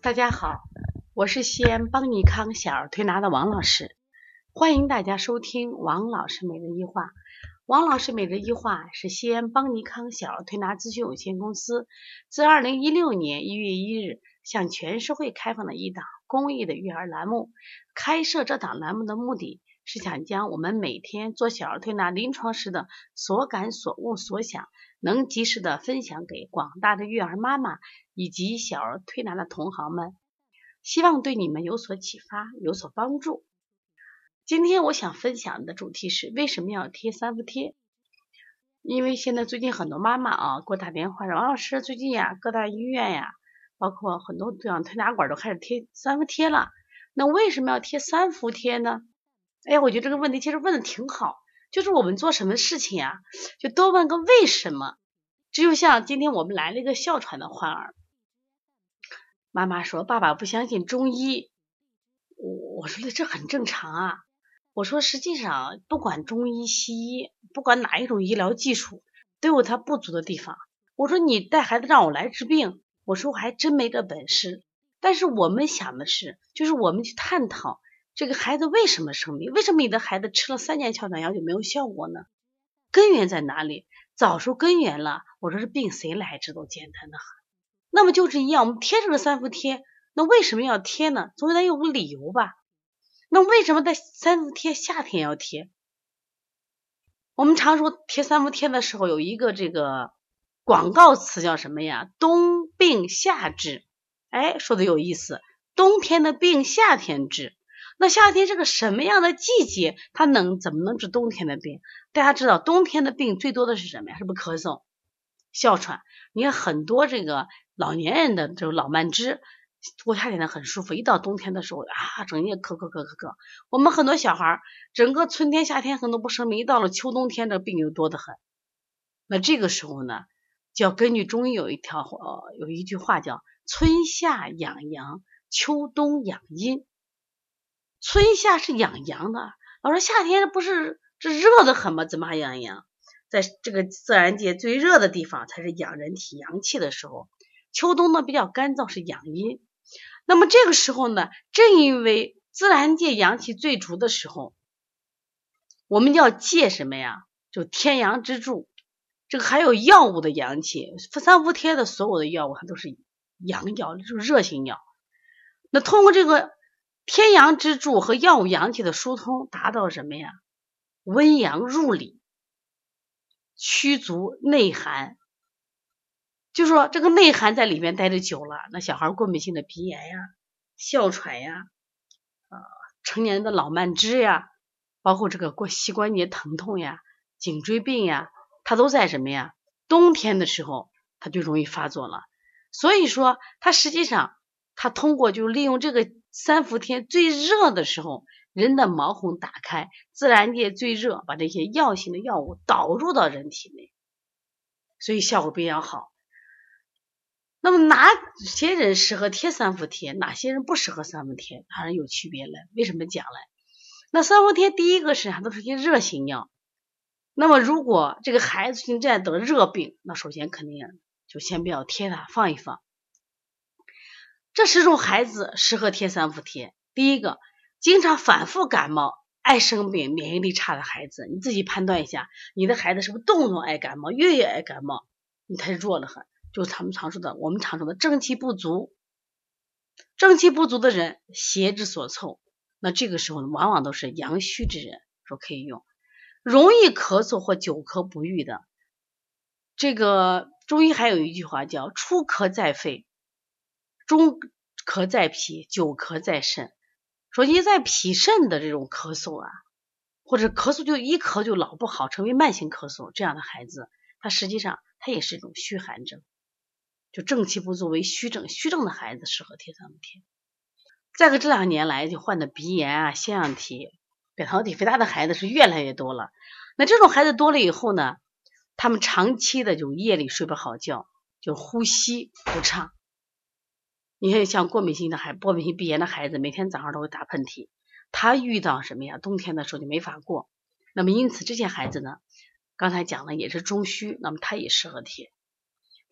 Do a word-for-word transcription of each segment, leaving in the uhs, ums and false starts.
大家好，我是西安邦尼康小儿推拿的王老师，欢迎大家收听王老师每日一话。王老师每日一话是西安邦尼康小儿推拿咨询有限公司自二零一六年一月一日向全社会开放的一档公益的育儿栏目。开设这档栏目的目的是想将我们每天做小儿推拿临床时的所感所悟所想，能及时的分享给广大的育儿妈妈以及小儿推拿的同行们，希望对你们有所启发，有所帮助。今天我想分享的主题是为什么要贴三伏贴。因为现在最近很多妈妈啊给我打电话说，王老师最近呀各大医院呀包括很多这样推拿馆都开始贴三伏贴了，那为什么要贴三伏贴呢？哎，我觉得这个问题其实问的挺好，就是我们做什么事情啊就多问个为什么。只有像今天我们来了一个哮喘的患儿，妈妈说爸爸不相信中医，我说这很正常啊。我说实际上不管中医西医，不管哪一种医疗技术都有它不足的地方。我说你带孩子让我来治病，我说我还真没这本事。但是我们想的是，就是我们去探讨这个孩子为什么生病，为什么你的孩子吃了三年哮喘药就没有效果呢？根源在哪里？早说根源了，我说这病谁来治都简单的很。那么就是一样，我们贴这个三伏贴，那为什么要贴呢？总得有个理由吧。那为什么在三伏贴夏天要贴？我们常说贴三伏贴的时候有一个这个广告词叫什么呀？冬病夏治。哎，说的有意思，冬天的病夏天治。那夏天是个什么样的季节，它能怎么能治冬天的病？大家知道冬天的病最多的是什么呀？是不是咳嗽、哮喘？你看很多这个老年人的这个老慢支，过夏天的很舒服，一到冬天的时候啊，整夜咳咳咳咳咳。我们很多小孩整个春天夏天很多不生病，一到了秋冬天这病就多得很。那这个时候呢，就要根据中医有一条呃有一句话叫春夏养阳，秋冬养阴。春夏是养阳的，老师夏天不是这热得很吗？怎么还养阳？在这个自然界最热的地方才是养人体阳气的时候，秋冬呢比较干燥是养阴。那么这个时候呢，正因为自然界阳气最足的时候，我们要借什么呀？就天阳之助。这个还有药物的阳气，三伏贴的所有的药物它都是阳药，就是热性药。那通过这个天阳之助和药物阳气的疏通，达到什么呀？温阳入里，驱逐内寒。就说这个内寒在里面待着久了，那小孩过敏性的鼻炎呀、哮喘呀、呃、成年人的老慢支呀，包括这个过膝关节疼痛呀、颈椎病呀，它都在什么呀？冬天的时候它就容易发作了。所以说它实际上它通过就利用这个三伏天最热的时候，人的毛孔打开，自然界最热，把这些药性的药物导入到人体内，所以效果比较好。那么哪些人适合贴三伏贴，哪些人不适合三伏贴，当然有区别了。为什么讲嘞？那三伏贴第一个是它都是些热性药。那么如果这个孩子现在得热病，那首先肯定就先不要贴它，放一放。这十种孩子适合贴三伏贴。第一个，经常反复感冒、爱生病、免疫力差的孩子，你自己判断一下，你的孩子是不是动不动爱感冒，月月爱感冒，你太弱了很。就是他们常说的，我们常说的正气不足。正气不足的人，邪之所凑，那这个时候往往都是阳虚之人，说可以用。容易咳嗽或久咳不愈的，这个中医还有一句话叫初咳在肺，中咳在脾，久咳在肾。说一在脾肾的这种咳嗽啊，或者咳嗽就一咳就老不好，成为慢性咳嗽，这样的孩子，他实际上他也是一种虚寒症，就正气不足为虚症，虚症的孩子适合贴三伏贴。再个这两年来就患的鼻炎啊、腺样体、扁桃体肥大的孩子是越来越多了。那这种孩子多了以后呢，他们长期的就夜里睡不好觉，就呼吸不畅。你看像过敏性的孩过敏性鼻炎的孩子，每天早上都会打喷嚏，他遇到什么呀？冬天的时候就没法过。那么因此这些孩子呢，刚才讲了也是中虚，那么他也适合贴。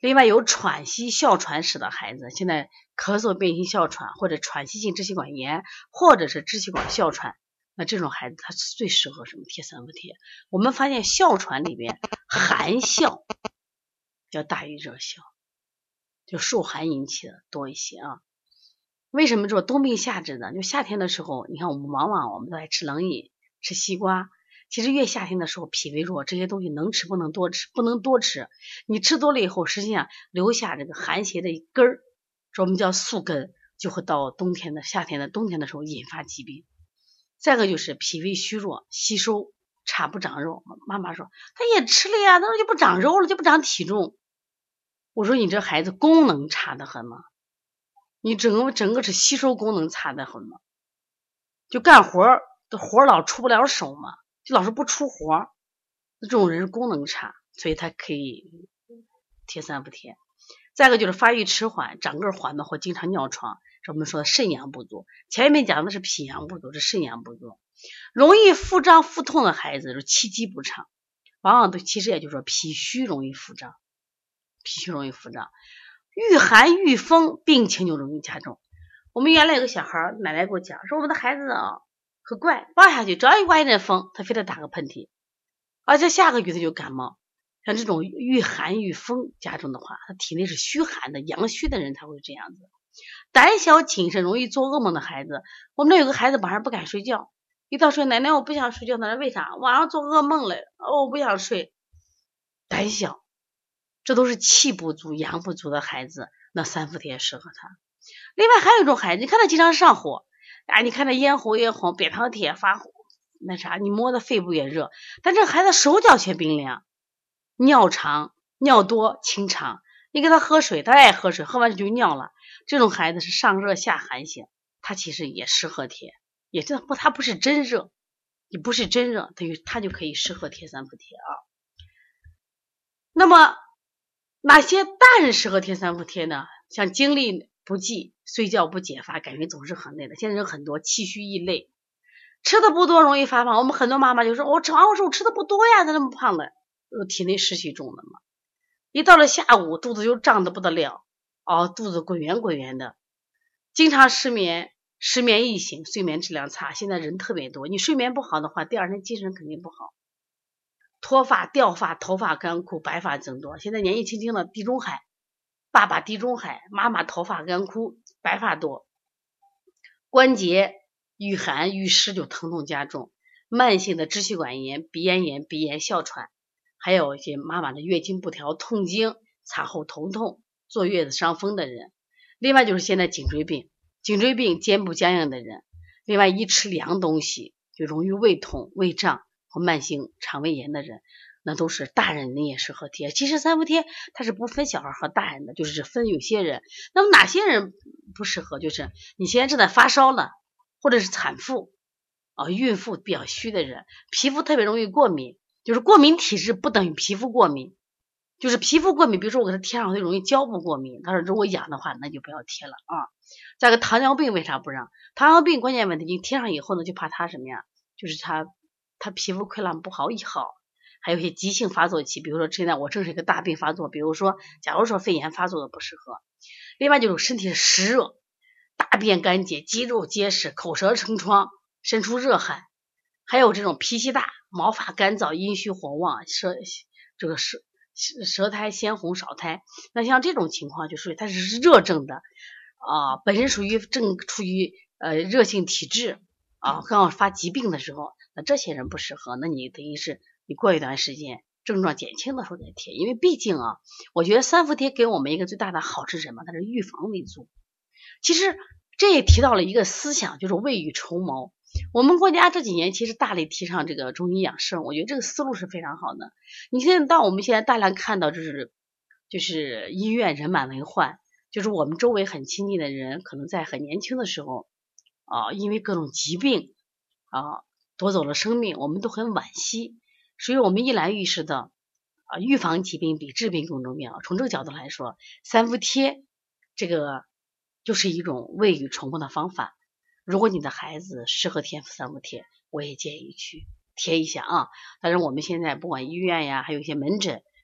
另外有喘息哮喘史的孩子，现在咳嗽变性哮喘或者喘息性支气管炎或者是支气管哮喘，那这种孩子他最适合什么贴三伏贴？我们发现哮喘里边寒哮要大于热哮，就受寒引起的多一些啊。为什么说冬病夏治呢？就夏天的时候，你看我们往往我们都爱吃冷饮，吃西瓜。其实越夏天的时候，脾胃弱，这些东西能吃不能多吃，不能多吃。你吃多了以后，实际上留下这个寒邪的根儿，说我们叫宿根，就会到冬天的夏天的冬天的时候引发疾病。再一个就是脾胃虚弱，吸收差不长肉。妈妈说他也吃了呀，那就不长肉了，就不长体重。我说你这孩子功能差得很嘛，你整个整个是吸收功能差得很嘛，就干活活老出不了手嘛，就老是不出活，这种人功能差，所以他可以贴三伏贴。再一个就是发育迟缓，长个缓慢或经常尿床，是我们说的肾阳不足。前面讲的是脾阳不足，是肾阳不足。容易腹胀腹痛的孩子，就是气机不畅，往往都其实也就是说脾虚容易腹胀，脾虚容易腹胀，遇寒遇风，病情就容易加重。我们原来有个小孩，奶奶给我讲说，我们的孩子啊可怪，抱下去只要一刮一阵风，他非得打个喷嚏，而且下个月他就感冒。像这种遇寒遇风加重的话，他体内是虚寒的，阳虚的人才会这样子。胆小谨慎容易做噩梦的孩子，我们那有个孩子晚上不敢睡觉，一到睡，奶奶我不想睡觉，奶奶为啥？晚上做噩梦了，哦我不想睡。胆小，这都是气不足阳不足的孩子，那三伏贴适合他。另外还有一种孩子，你看他经常上火啊，你看他咽喉也红，扁桃体发火，那啥你摸的肺部也热，但这个孩子手脚却冰凉，尿长尿多清长，你给他喝水他爱喝水，喝完就尿了，这种孩子是上热下寒型，他其实也适合贴，也这不他不是真热，也不是真热，他就他就可以适合贴三伏贴啊。那么哪些大人适合贴三伏贴呢？像精力不济，睡觉不解乏，感觉总是很累的，现在人很多气虚易累，吃的不多容易发胖。我们很多妈妈就说我吃完我说我吃的不多呀，咋那么胖的？体内湿气重了嘛，一到了下午肚子就胀得不得了，哦，肚子滚圆滚圆的，经常失眠，失眠易醒，睡眠质量差。现在人特别多，你睡眠不好的话，第二天精神肯定不好。脱发掉发，头发干枯，白发增多。现在年纪轻轻的地中海，爸爸地中海，妈妈头发干枯，白发多。关节遇寒遇湿就疼痛加重，慢性的支气管炎、鼻咽炎、鼻炎、哮喘，还有一些妈妈的月经不调、痛经、产后头痛、坐月子伤风的人。另外就是现在颈椎病，颈椎病肩部僵硬的人，另外一吃凉东西就容易胃痛、胃胀和慢性肠胃炎的人，那都是大人你也适合贴。其实三伏贴它是不分小孩和大人的，就是分有些人。那么哪些人不适合？就是你现在正在发烧了，或者是产妇啊、孕妇比较虚的人，皮肤特别容易过敏，就是过敏体质不等于皮肤过敏，就是皮肤过敏，比如说我给他贴上就容易胶布过敏，他说如果痒的话那就不要贴了啊。再个糖尿病为啥不让？糖尿病关键问题你贴上以后呢，就怕他什么呀？就是他他皮肤溃烂不好一好，还有一些急性发作期，比如说现在我正是一个大病发作，比如说假如说肺炎发作的不适合。另外就是身体湿热，大便干结，肌肉结实，口舌成疮，渗出热汗，还有这种脾气大，毛发干燥，阴虚火旺，舌这个舌舌苔鲜红少苔，那像这种情况就属于它是热症的啊、呃，本身属于正处于呃热性体质啊，刚好发疾病的时候，那这些人不适合，那你等于是你过一段时间症状减轻的时候再贴，因为毕竟啊，我觉得三伏贴给我们一个最大的好是什么？它是预防为主。其实这也提到了一个思想，就是未雨绸缪。我们国家这几年其实大力提倡这个中医养生，我觉得这个思路是非常好的。你现在当我们现在大量看到就是就是医院人满为患，就是我们周围很亲近的人可能在很年轻的时候啊，因为各种疾病啊夺走了生命，我们都很惋惜。所以我们一来意识到啊，预防疾病比治病更重要。从这个角度来说，三伏贴这个就是一种未雨绸缪的方法。如果你的孩子适合贴三伏贴，我也建议去贴一下啊。但是我们现在不管医院呀，还有一些门诊，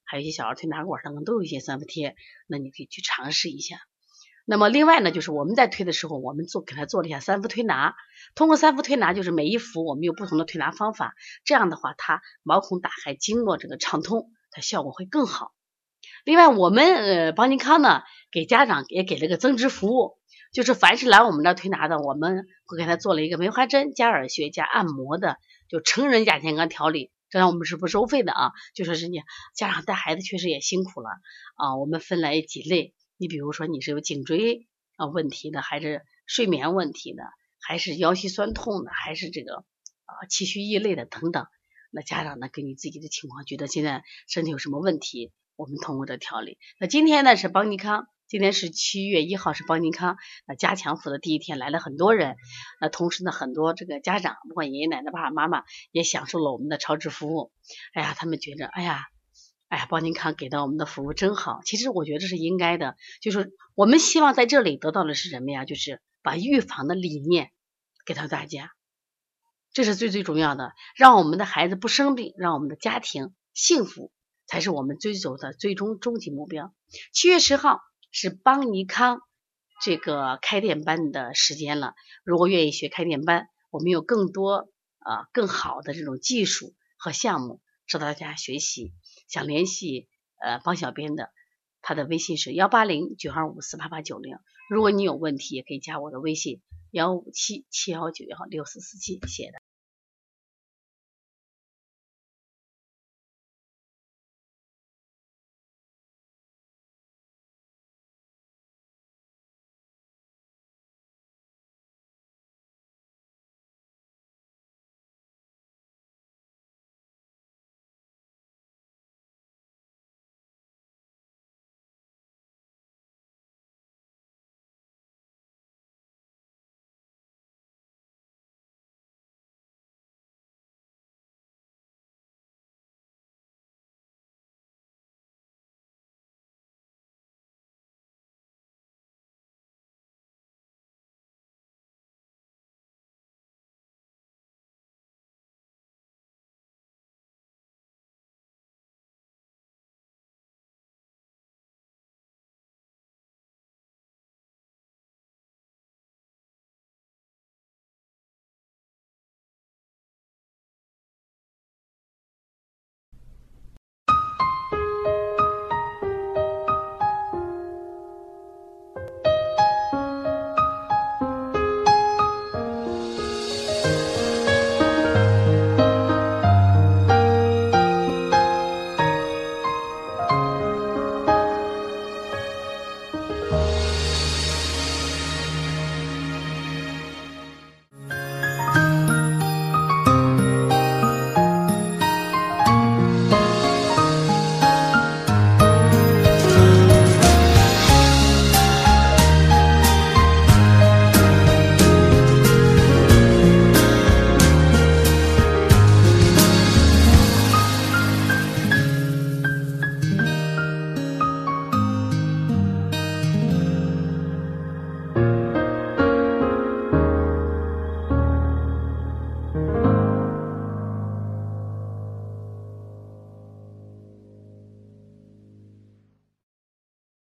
还有一些小儿推拿馆当中都有一些三伏贴，那你可以去尝试一下。那么另外呢，就是我们在推的时候，我们做给他做了一下三伏推拿，通过三伏推拿，就是每一伏我们有不同的推拿方法，这样的话他毛孔打开，经络这个畅通，它效果会更好。另外我们呃邦尼康呢给家长也给了个增值服务，就是凡是来我们这推拿的，我们会给他做了一个梅花针加耳穴加按摩的，就成人亚健康调理，这样我们是不收费的啊。就说是你家长带孩子确实也辛苦了啊，我们分来几类，你比如说你是有颈椎啊问题的，还是睡眠问题的，还是腰膝酸痛的，还是这个啊气虚易累的等等，那家长呢根据自己的情况觉得现在身体有什么问题，我们通过这调理。那今天呢是邦尼康，今天是七月一号，是邦尼康那加强服的第一天，来了很多人。那同时呢，很多这个家长，不管爷爷奶奶、爸爸妈妈，也享受了我们的超值服务。哎呀，他们觉着，哎呀，哎呀，邦尼康给到我们的服务真好。其实我觉得这是应该的，就是我们希望在这里得到的是什么呀？就是把预防的理念给到大家，这是最最重要的，让我们的孩子不生病，让我们的家庭幸福，才是我们追求的最终终极目标。七月十号是邦尼康这个开店班的时间了，如果愿意学开店班，我们有更多呃更好的这种技术和项目值得大家学习。想联系呃邦小编的，他的微信是幺八零九二五四八八九零，如果你有问题也可以加我的微信幺五七七幺九幺六四四七，谢谢大家。